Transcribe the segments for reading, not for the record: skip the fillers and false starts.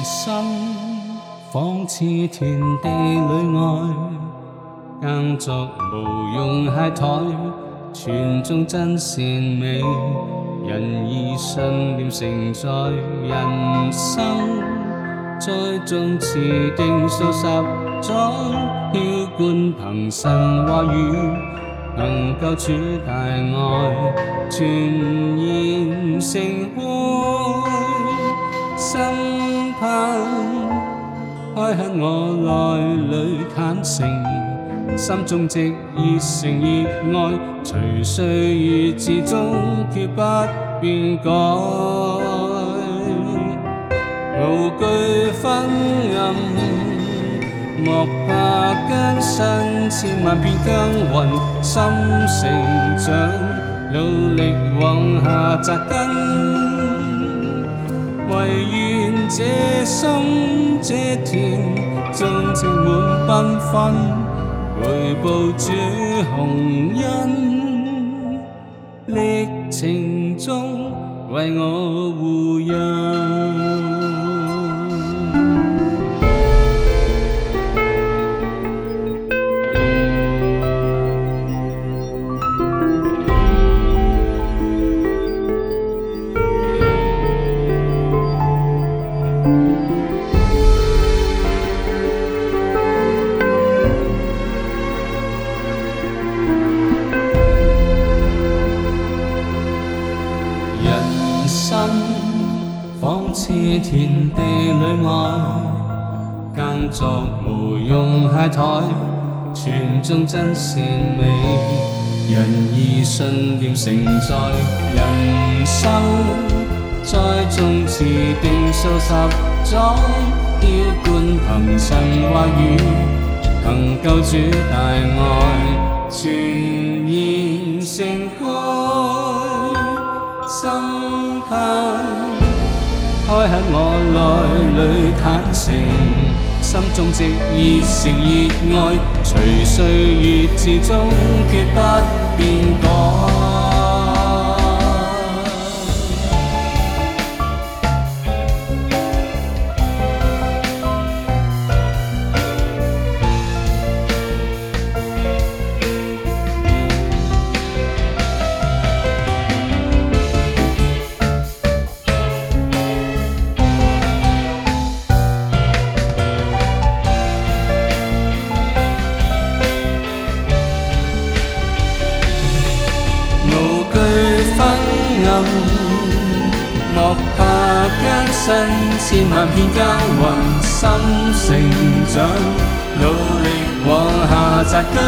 生仿似田地里外，耕作無用懈怠，泉中真善美。人以信念承載人生，栽種持定數十載，澆灌憑神話語，能救主大愛，全然盛開。心盼開喺我內裏坦誠，心中積熱誠熱愛，隨歲月之中決不變改。無懼昏暗，莫怕艱辛，千萬遍耕耘，心成長，努力往下扎根。唯願這心這田，種植滿繽紛，回報主洪恩，歷程中為我護蔭。仿似田地裏外，耕作無用懈怠，泉中真善美。人以信念承載人生，栽種持定數十載，澆灌憑神話語，憑救主大愛，全然盛開。心盼開喺我內裏坦誠，心中積熱誠熱愛，隨歲月之中決不變改。莫怕艱辛，千萬遍耕耘，心成長，努力往下扎根。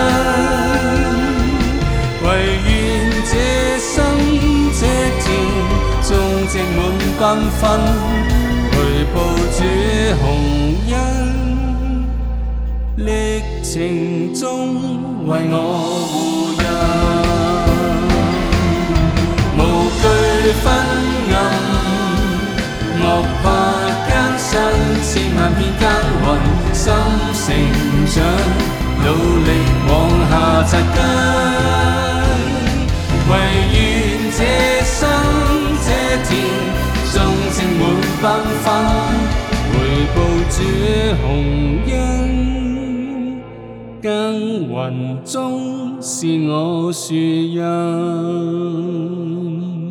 唯願這心這田，種植滿繽紛，回報主洪恩，歷程中為我護蔭。無懼昏暗，莫怕艱辛，千萬遍耕耘，心成長，努力往下扎根。唯願這心這田，種植滿繽紛，回報主洪恩，耕耘中是我樹蔭。